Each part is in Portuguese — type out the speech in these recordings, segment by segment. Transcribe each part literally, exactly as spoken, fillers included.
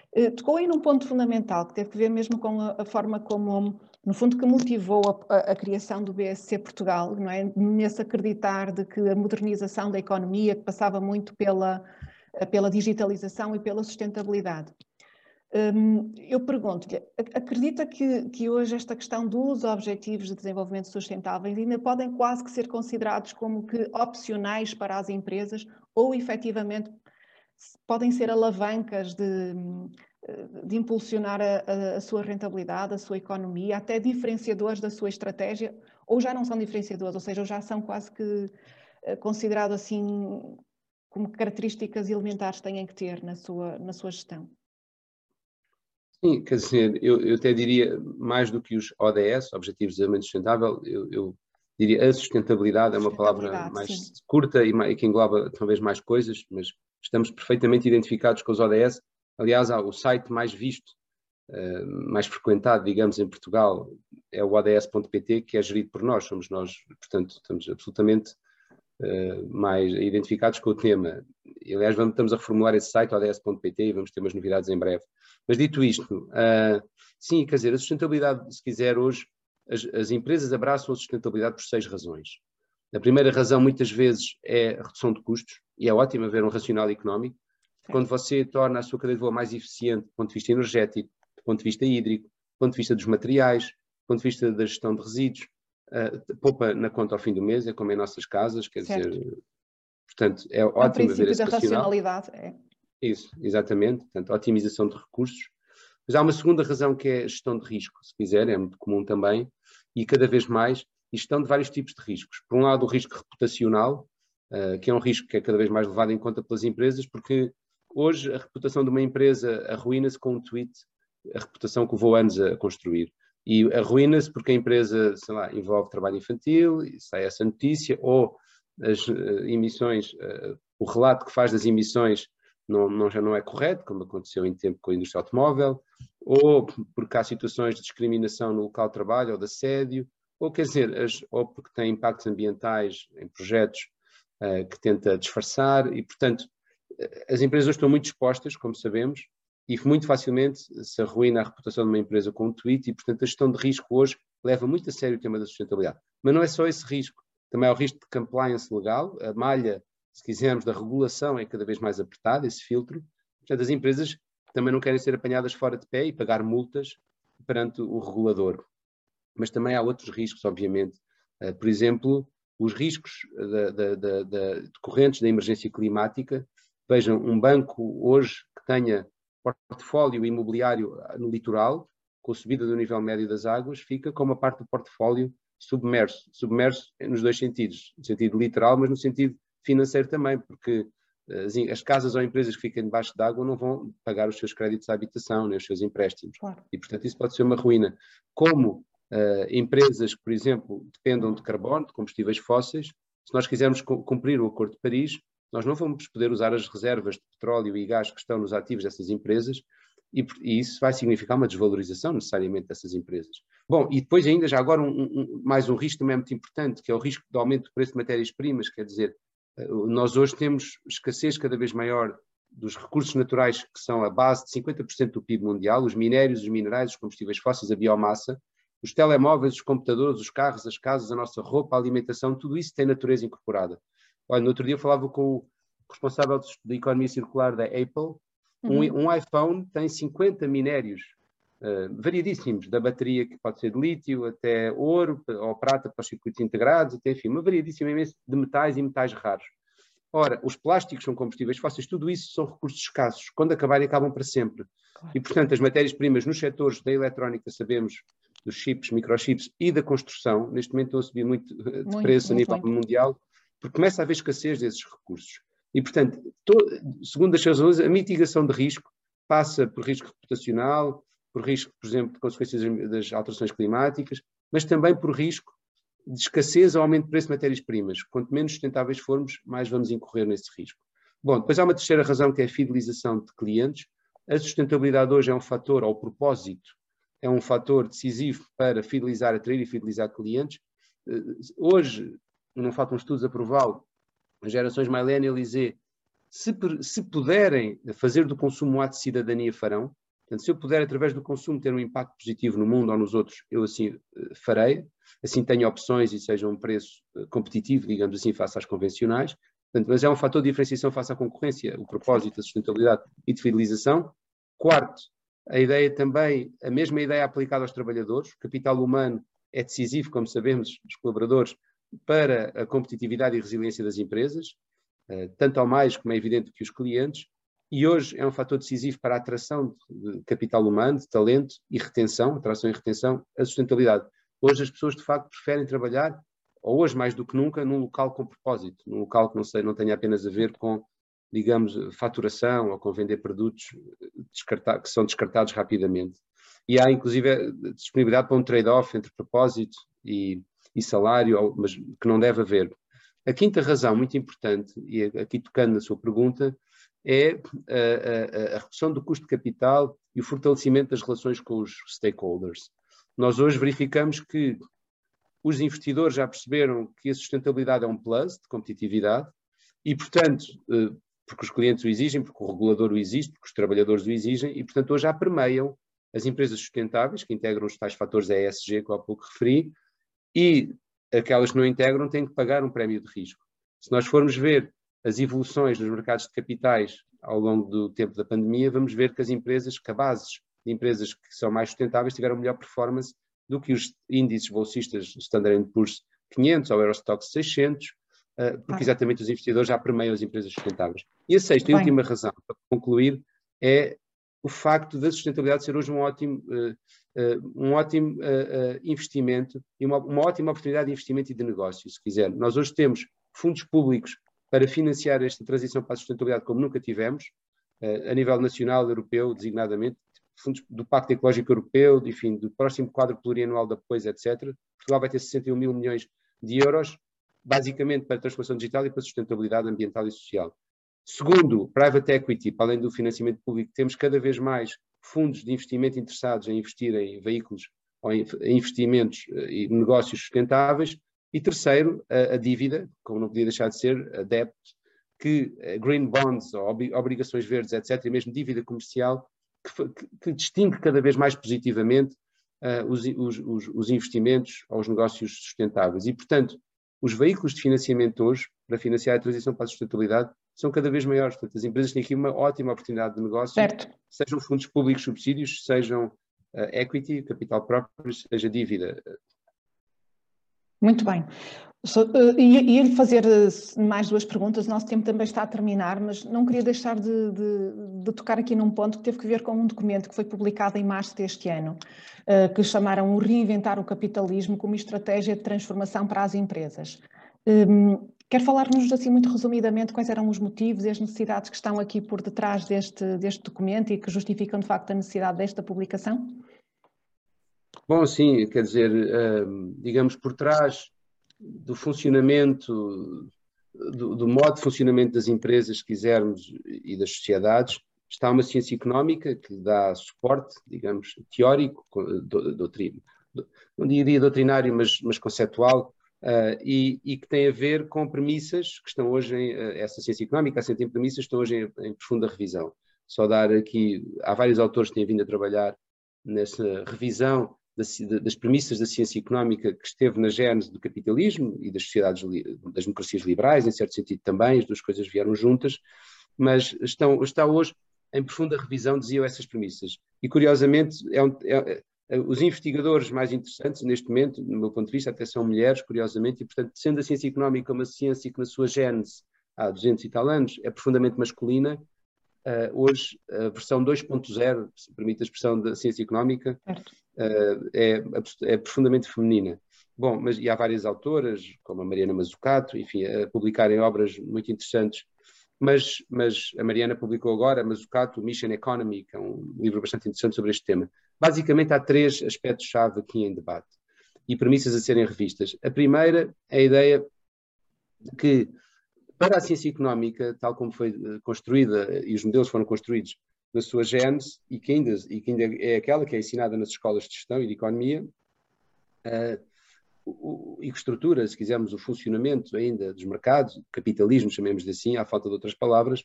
Uh, tocou aí num ponto fundamental, que teve que ver mesmo com a, a forma como, no fundo, que motivou a, a, a criação do B S C Portugal, não é? Nesse acreditar de que a modernização da economia, que passava muito pela, pela digitalização e pela sustentabilidade. Um, eu pergunto-lhe, acredita que, que hoje esta questão dos Objetivos de Desenvolvimento Sustentável ainda podem quase que ser considerados como que opcionais para as empresas ou efetivamente podem ser alavancas de, de impulsionar a, a sua rentabilidade, a sua economia, até diferenciadores da sua estratégia, ou já não são diferenciadores, ou seja, ou já são quase que considerados assim como características elementares têm que ter na sua, na sua gestão? Sim, quer dizer, eu, eu até diria, mais do que os O D S, Objetivos de Desenvolvimento Sustentável, eu, eu diria a sustentabilidade é uma palavra mais sim. curta e, e que engloba talvez mais coisas, mas estamos perfeitamente identificados com os O D S. Aliás, há o site mais visto, uh, mais frequentado, digamos, em Portugal, é o O D S ponto P T, que é gerido por nós, somos nós, portanto, estamos absolutamente uh, mais identificados com o tema. E, aliás, vamos, estamos a reformular esse site, O D S ponto P T, e vamos ter umas novidades em breve. Mas dito isto, uh, sim, quer dizer, a sustentabilidade, se quiser, hoje, as, as empresas abraçam a sustentabilidade por seis razões. A primeira razão, muitas vezes, é a redução de custos, e é ótimo haver um racional económico. Quando você torna a sua cadeia de valor mais eficiente do ponto de vista energético, do ponto de vista hídrico, do ponto de vista dos materiais, do ponto de vista da gestão de resíduos, uh, poupa na conta ao fim do mês, é como em nossas casas, quer certo. dizer, portanto, é ótimo haver esse racional. É o princípio da racionalidade, é. Isso, exatamente, portanto, otimização de recursos. Mas há uma segunda razão que é a gestão de risco, se quiser, é muito comum também, e cada vez mais, e gestão de vários tipos de riscos. Por um lado, o risco reputacional, uh, que é um risco que é cada vez mais levado em conta pelas empresas, porque hoje a reputação de uma empresa arruína-se com um tweet, a reputação que levou anos a construir. E arruína-se porque a empresa, sei lá, envolve trabalho infantil, e sai essa notícia, ou as uh, emissões, uh, o relato que faz das emissões Não, não, já não é correto, como aconteceu em tempo com a indústria automóvel, ou porque há situações de discriminação no local de trabalho ou de assédio, ou quer dizer, as, ou porque tem impactos ambientais em projetos uh, que tenta disfarçar e, portanto, as empresas hoje estão muito expostas, como sabemos, e muito facilmente se arruína a reputação de uma empresa com um tweet e, portanto, a gestão de risco hoje leva muito a sério o tema da sustentabilidade. Mas não é só esse risco, também há o risco de compliance legal, a malha, se quisermos, da regulação é cada vez mais apertada, esse filtro. Portanto, as empresas também não querem ser apanhadas fora de pé e pagar multas perante o regulador. Mas também há outros riscos, obviamente. Uh, por exemplo, os riscos da, da, da, da, decorrentes da emergência climática. Vejam, um banco hoje que tenha portfólio imobiliário no litoral, com a subida do nível médio das águas, fica com uma parte do portfólio submerso. Submerso nos dois sentidos, no sentido literal, mas no sentido financeiro também, porque as, as casas ou empresas que ficam debaixo d'água não vão pagar os seus créditos à habitação, nem os seus empréstimos. Claro. E, portanto, isso pode ser uma ruína. Como uh, empresas que, por exemplo, dependam de carbono, de combustíveis fósseis, se nós quisermos cumprir o Acordo de Paris, nós não vamos poder usar as reservas de petróleo e gás que estão nos ativos dessas empresas e, e isso vai significar uma desvalorização necessariamente dessas empresas. Bom, e depois ainda já agora um, um, mais um risco também muito importante, que é o risco do aumento do preço de matérias-primas, quer dizer, nós hoje temos escassez cada vez maior dos recursos naturais que são a base de cinquenta por cento do P I B mundial, os minérios, os minerais, os combustíveis fósseis, a biomassa, os telemóveis, os computadores, os carros, as casas, a nossa roupa, a alimentação, tudo isso tem natureza incorporada. Olha, no outro dia eu falava com o responsável da economia circular da Apple, um, uhum. um iPhone tem cinquenta minérios uh, variadíssimos, da bateria que pode ser de lítio até ouro ou prata para os circuitos integrados, até enfim, uma variadíssima imensa de metais e metais raros. Ora, os plásticos são combustíveis fósseis, tudo isso são recursos escassos, quando acabarem acabam para sempre. Claro. E portanto as matérias-primas nos setores da eletrónica, sabemos, dos chips, microchips e da construção, neste momento estão a subir muito de muito, preço muito, a nível muito. mundial, porque começa a haver escassez desses recursos. E, portanto, todo, segundo as razões, a mitigação de risco passa por risco reputacional, por risco, por exemplo, de consequências das alterações climáticas, mas também por risco de escassez ou aumento de preço de matérias-primas. Quanto menos sustentáveis formos, mais vamos incorrer nesse risco. Bom, depois há uma terceira razão, que é a fidelização de clientes. A sustentabilidade hoje é um fator, ou o propósito, é um fator decisivo para fidelizar, atrair e fidelizar clientes. Hoje, não faltam estudos a prová-lo, as gerações Millennial e Z, se, se puderem fazer do consumo um ato de cidadania, farão. Portanto, se eu puder, através do consumo, ter um impacto positivo no mundo ou nos outros, eu assim farei. Assim tenho opções e seja um preço competitivo, digamos assim, face às convencionais. Portanto, mas é um fator de diferenciação face à concorrência, o propósito, a sustentabilidade e de fidelização. Quarto, a ideia também, a mesma ideia aplicada aos trabalhadores. O capital humano é decisivo, como sabemos, dos colaboradores, para a competitividade e resiliência das empresas, tanto ou mais, como é evidente, que os clientes. E hoje é um fator decisivo para a atração de capital humano, de talento e retenção, atração e retenção, a sustentabilidade. Hoje as pessoas, de facto, preferem trabalhar, ou hoje mais do que nunca, num local com propósito, num local que não, sei, não tenha apenas a ver com, digamos, faturação ou com vender produtos que são descartados rapidamente. E há, inclusive, disponibilidade para um trade-off entre propósito e, e salário, mas que não deve haver. A quinta razão, muito importante, e aqui tocando na sua pergunta, é a, a, a redução do custo de capital e o fortalecimento das relações com os stakeholders. Nós hoje verificamos que os investidores já perceberam que a sustentabilidade é um plus de competitividade e, portanto, porque os clientes o exigem, porque o regulador o exige, porque os trabalhadores o exigem e, portanto, hoje já permeiam as empresas sustentáveis, que integram os tais fatores E S G que eu há pouco referi, e aquelas que não integram têm que pagar um prémio de risco. Se nós formos ver as evoluções nos mercados de capitais ao longo do tempo da pandemia, vamos ver que as empresas, que a bases de empresas que são mais sustentáveis tiveram melhor performance do que os índices bolsistas Standard and Poor's quinhentos ou Eurostoxx seiscentos, porque exatamente os investidores já permeiam as empresas sustentáveis. E a sexta e última razão, para concluir, é o facto da sustentabilidade ser hoje um ótimo, uh, uh, um ótimo uh, uh, investimento e uma, uma ótima oportunidade de investimento e de negócio, se quiser. Nós hoje temos fundos públicos para financiar esta transição para a sustentabilidade como nunca tivemos, uh, a nível nacional, europeu, designadamente, fundos do Pacto Ecológico Europeu, enfim, do próximo quadro plurianual de apoios, etcétera. Portugal vai ter sessenta e um mil milhões de euros, basicamente para a transformação digital e para a sustentabilidade ambiental e social. Segundo, private equity, para além do financiamento público, temos cada vez mais fundos de investimento interessados em investir em veículos ou em investimentos e negócios sustentáveis. E terceiro, a, a dívida, como não podia deixar de ser, a debt, que green bonds ou obrigações verdes, etcétera, e mesmo dívida comercial, que, que, que distingue cada vez mais positivamente uh, os, os, os, os investimentos aos negócios sustentáveis. E, portanto, os veículos de financiamento hoje, para financiar a transição para a sustentabilidade, são cada vez maiores. Portanto, as empresas têm aqui uma ótima oportunidade de negócio, certo. Sejam fundos públicos subsídios, sejam uh, equity, capital próprio, seja dívida. Muito bem. Ia-lhe fazer mais duas perguntas, o nosso tempo também está a terminar, mas não queria deixar de, de, de tocar aqui num ponto que teve que ver com um documento que foi publicado em março deste ano, que chamaram o Reinventar o Capitalismo como estratégia de transformação para as empresas. Quer falar-nos assim muito resumidamente quais eram os motivos e as necessidades que estão aqui por detrás deste, deste documento e que justificam de facto a necessidade desta publicação? Bom, sim, quer dizer, digamos, por trás do funcionamento, do, do modo de funcionamento das empresas, se quisermos, e das sociedades, está uma ciência económica que dá suporte, digamos, teórico, do, doutrina, do, não diria doutrinário, mas, mas conceptual, uh, e, e que tem a ver com premissas que estão hoje em, uh, essa ciência económica, assim, tem premissas que estão hoje em, em profunda revisão. Só dar aqui, há vários autores que têm vindo a trabalhar nessa revisão das premissas da ciência económica que esteve na gênese do capitalismo e das sociedades, das democracias liberais, em certo sentido também, as duas coisas vieram juntas, mas estão, está hoje em profunda revisão, diziam essas premissas. E, curiosamente, é um, é, é, os investigadores mais interessantes neste momento, no meu ponto de vista, até são mulheres, curiosamente, e, portanto, sendo a ciência económica uma ciência que na sua gênese, há duzentos e tal anos, é profundamente masculina, uh, hoje a versão dois ponto zero, se permite a expressão da ciência económica, Uh, é, é profundamente feminina. Bom, mas e há várias autoras, como a Mariana Mazzucato, enfim, a publicarem obras muito interessantes, mas, mas a Mariana publicou agora, Mazzucato, Mission Economy, que é um livro bastante interessante sobre este tema. Basicamente há três aspectos-chave aqui em debate e premissas a serem revistas. A primeira é a ideia de que para a ciência económica, tal como foi construída e os modelos foram construídos na sua gênese, e que, ainda, e que ainda é aquela que é ensinada nas escolas de gestão e de economia, uh, o, o, e que estrutura, se quisermos, o funcionamento ainda dos mercados, capitalismo, chamemos-lhe assim, à falta de outras palavras,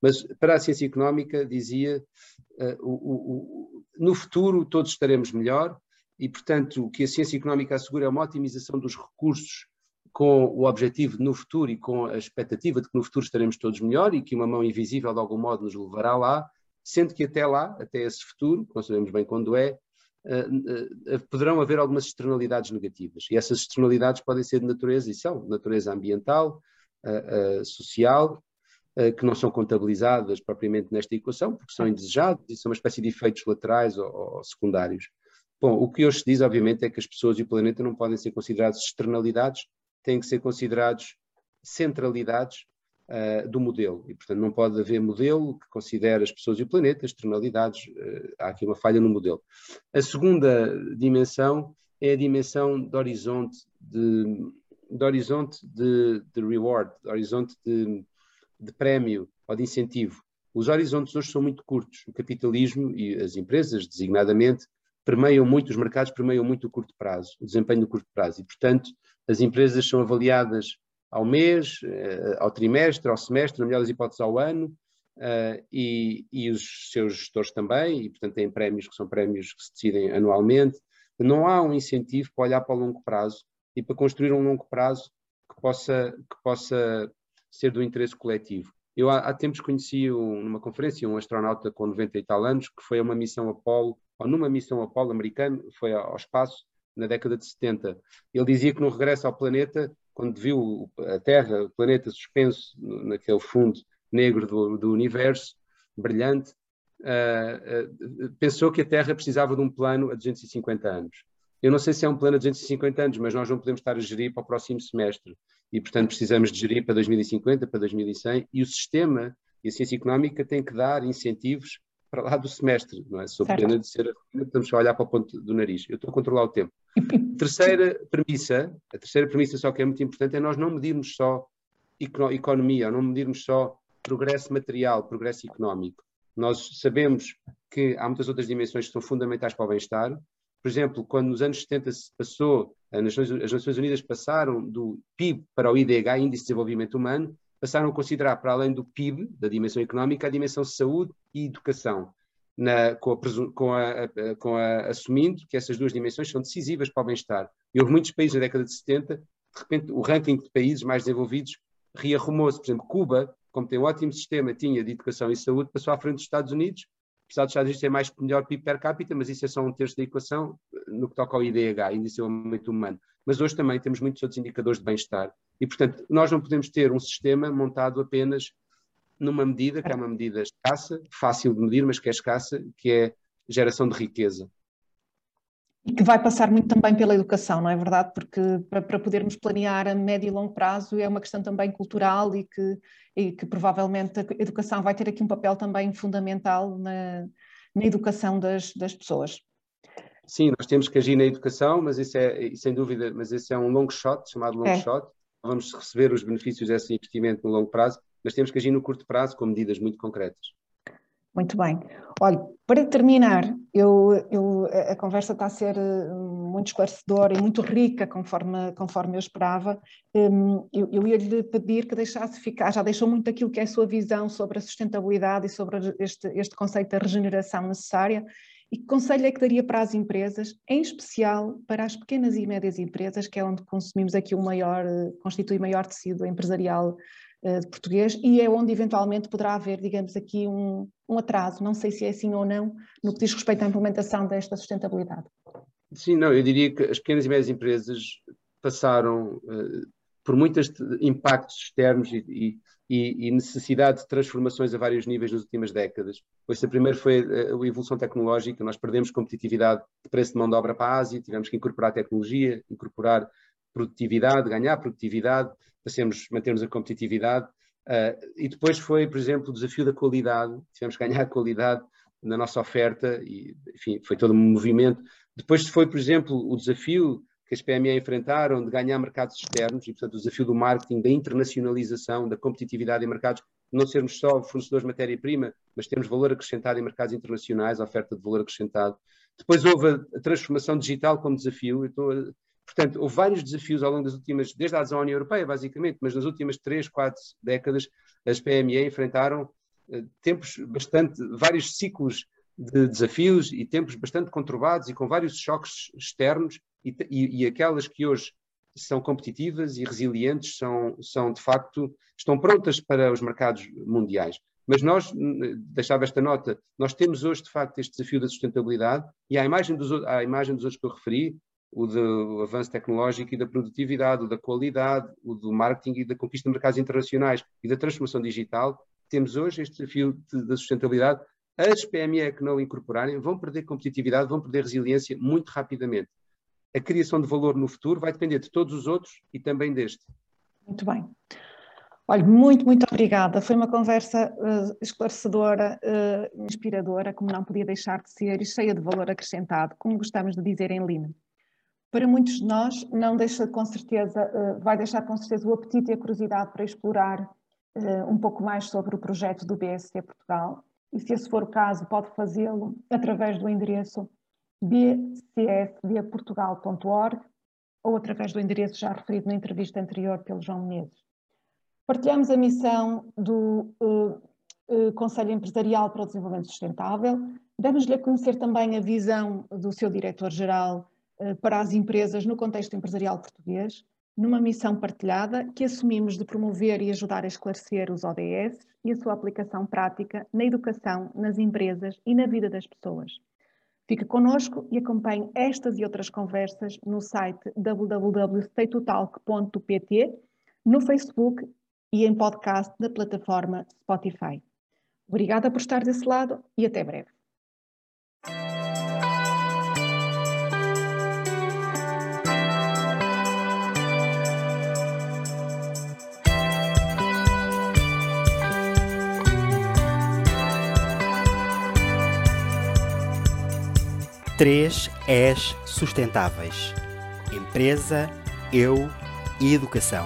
Mas para a ciência económica dizia, uh, o, o, o, no futuro todos estaremos melhor e, portanto, o que a ciência económica assegura é uma otimização dos recursos com o objetivo de no futuro e com a expectativa de que no futuro estaremos todos melhor e que uma mão invisível de algum modo nos levará lá, sendo que até lá, até esse futuro, que não sabemos bem quando é, uh, uh, poderão haver algumas externalidades negativas. E essas externalidades podem ser de natureza, e são de natureza ambiental, uh, uh, social, uh, que não são contabilizadas propriamente nesta equação, porque são indesejados e são uma espécie de efeitos laterais ou, ou secundários. Bom, o que hoje se diz, obviamente, é que as pessoas e o planeta não podem ser considerados externalidades, têm que ser considerados centralidades uh, do modelo. E, portanto, não pode haver modelo que considere as pessoas e o planeta externalidades. Uh, há aqui uma falha no modelo. A segunda dimensão é a dimensão de horizonte de, de, horizonte de, de reward, de horizonte de, de prémio ou de incentivo. Os horizontes hoje são muito curtos. O capitalismo e as empresas, designadamente, permeiam muito, os mercados permeiam muito o curto prazo, o desempenho do curto prazo. E, portanto, as empresas são avaliadas ao mês, ao trimestre, ao semestre, na melhor das hipóteses ao ano, e, e os seus gestores também, e, portanto, têm prémios que são prémios que se decidem anualmente. Não há um incentivo para olhar para o longo prazo e para construir um longo prazo que possa, que possa ser do interesse coletivo. Eu há, há tempos conheci um, numa conferência um astronauta com noventa e tal anos que foi a uma missão Apollo, ou numa missão Apollo americano, foi ao, ao espaço na década de setenta. Ele dizia que no regresso ao planeta, quando viu a Terra, o planeta suspenso naquele fundo negro do, do universo, brilhante, uh, uh, pensou que a Terra precisava de um plano a duzentos e cinquenta anos. Eu não sei se é um plano a duzentos e cinquenta anos, mas nós não podemos estar a gerir para o próximo semestre. E, portanto, precisamos de gerir para dois mil e cinquenta, para dois mil e cem, e o sistema e a ciência económica têm que dar incentivos para lá do semestre, não é? Sob pena de ser, estamos a olhar para o ponto do nariz. Eu estou a controlar o tempo. A terceira premissa, a terceira premissa só que é muito importante, é nós não medirmos só economia, ou não medirmos só progresso material, progresso económico. Nós sabemos que há muitas outras dimensões que são fundamentais para o bem-estar. Por exemplo, quando nos anos setenta se passou, as Nações, as Nações Unidas passaram do P I B para o I D H, Índice de Desenvolvimento Humano, passaram a considerar, para além do P I B, da dimensão económica, a dimensão saúde e educação, na, com, a, com, a, a, com a, assumindo que essas duas dimensões são decisivas para o bem-estar. E houve muitos países na década de setenta, de repente o ranking de países mais desenvolvidos rearrumou-se. Por exemplo, Cuba, como tem um ótimo sistema, tinha de educação e saúde, passou à frente dos Estados Unidos, apesar dos Estados Unidos ter mais melhor P I B per capita, mas isso é só um terço da equação no que toca ao I D H, Índice de Desenvolvimento Humano. Mas hoje também temos muitos outros indicadores de bem-estar. E, portanto, nós não podemos ter um sistema montado apenas numa medida, que é uma medida escassa, fácil de medir, mas que é escassa, que é geração de riqueza. E que vai passar muito também pela educação, não é verdade? Porque para, para podermos planear a médio e longo prazo é uma questão também cultural e que, e que provavelmente a educação vai ter aqui um papel também fundamental na, na educação das, das pessoas. Sim, nós temos que agir na educação, mas isso é, sem dúvida, mas esse é um long shot, chamado long é. shot. Vamos receber os benefícios desse investimento no longo prazo, mas temos que agir no curto prazo com medidas muito concretas. Muito bem. Olha, para terminar, eu, eu, a conversa está a ser muito esclarecedora e muito rica, conforme, conforme eu esperava. Eu, eu ia-lhe pedir que deixasse ficar, já deixou muito aquilo que é a sua visão sobre a sustentabilidade e sobre este, este conceito da regeneração necessária. E que conselho é que daria para as empresas, em especial para as pequenas e médias empresas, que é onde consumimos aqui o maior, constitui o maior tecido empresarial de português e é onde eventualmente poderá haver, digamos aqui, um, um atraso, não sei se é assim ou não, no que diz respeito à implementação desta sustentabilidade. Sim, não, eu diria que as pequenas e médias empresas passaram uh, por muitos impactos externos e, e, e necessidade de transformações a vários níveis nas últimas décadas. Pois a primeira foi a, a evolução tecnológica, nós perdemos competitividade de preço de mão de obra para a Ásia, tivemos que incorporar tecnologia, incorporar produtividade, ganhar produtividade, para mantermos a competitividade, uh, e depois foi, por exemplo, o desafio da qualidade, tivemos que ganhar qualidade na nossa oferta, e enfim, foi todo um movimento. Depois foi, por exemplo, o desafio que as P M E enfrentaram de ganhar mercados externos, e portanto o desafio do marketing, da internacionalização, da competitividade em mercados, não sermos só fornecedores de matéria-prima, mas termos valor acrescentado em mercados internacionais, a oferta de valor acrescentado. Depois houve a, a transformação digital como desafio, então, portanto, houve vários desafios ao longo das últimas, desde a adesão à União Europeia, basicamente, mas nas últimas três, quatro décadas, as P M E enfrentaram tempos bastante, vários ciclos de desafios e tempos bastante conturbados e com vários choques externos e, e, e aquelas que hoje são competitivas e resilientes são, são de facto, estão prontas para os mercados mundiais. Mas nós, deixava esta nota, nós temos hoje de facto este desafio da sustentabilidade e à imagem dos, à imagem dos outros que eu referi, o do avanço tecnológico e da produtividade, o da qualidade, o do marketing e da conquista de mercados internacionais e da transformação digital, temos hoje este desafio de, da sustentabilidade. As P M E que não o incorporarem vão perder competitividade, vão perder resiliência muito rapidamente. A criação de valor no futuro vai depender de todos os outros e também deste. Muito bem. Olha, muito, muito obrigada. Foi uma conversa uh, esclarecedora, uh, inspiradora, como não podia deixar de ser, e cheia de valor acrescentado, como gostamos de dizer em Lean. Para muitos de nós, não deixa com certeza, uh, vai deixar com certeza o apetite e a curiosidade para explorar uh, um pouco mais sobre o projeto do B S C Portugal. E se esse for o caso, pode fazê-lo através do endereço b c s v portugal ponto org ou através do endereço já referido na entrevista anterior pelo João Menezes. Partilhamos a missão do uh, uh, Conselho Empresarial para o Desenvolvimento Sustentável. Damos-lhe a conhecer também a visão do seu diretor-geral uh, para as empresas no contexto empresarial português, numa missão partilhada que assumimos de promover e ajudar a esclarecer os O D S e a sua aplicação prática na educação, nas empresas e na vida das pessoas. Fique connosco e acompanhe estas e outras conversas no site w w w ponto state talk ponto p t, no Facebook e em podcast na plataforma Spotify. Obrigada por estar desse lado e até breve. três Es Sustentáveis: Empresa, Eu e Educação.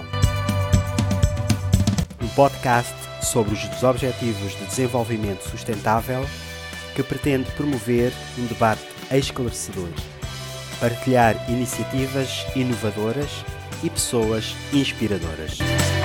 Um podcast sobre os Objetivos de Desenvolvimento Sustentável que pretende promover um debate esclarecedor, partilhar iniciativas inovadoras e pessoas inspiradoras.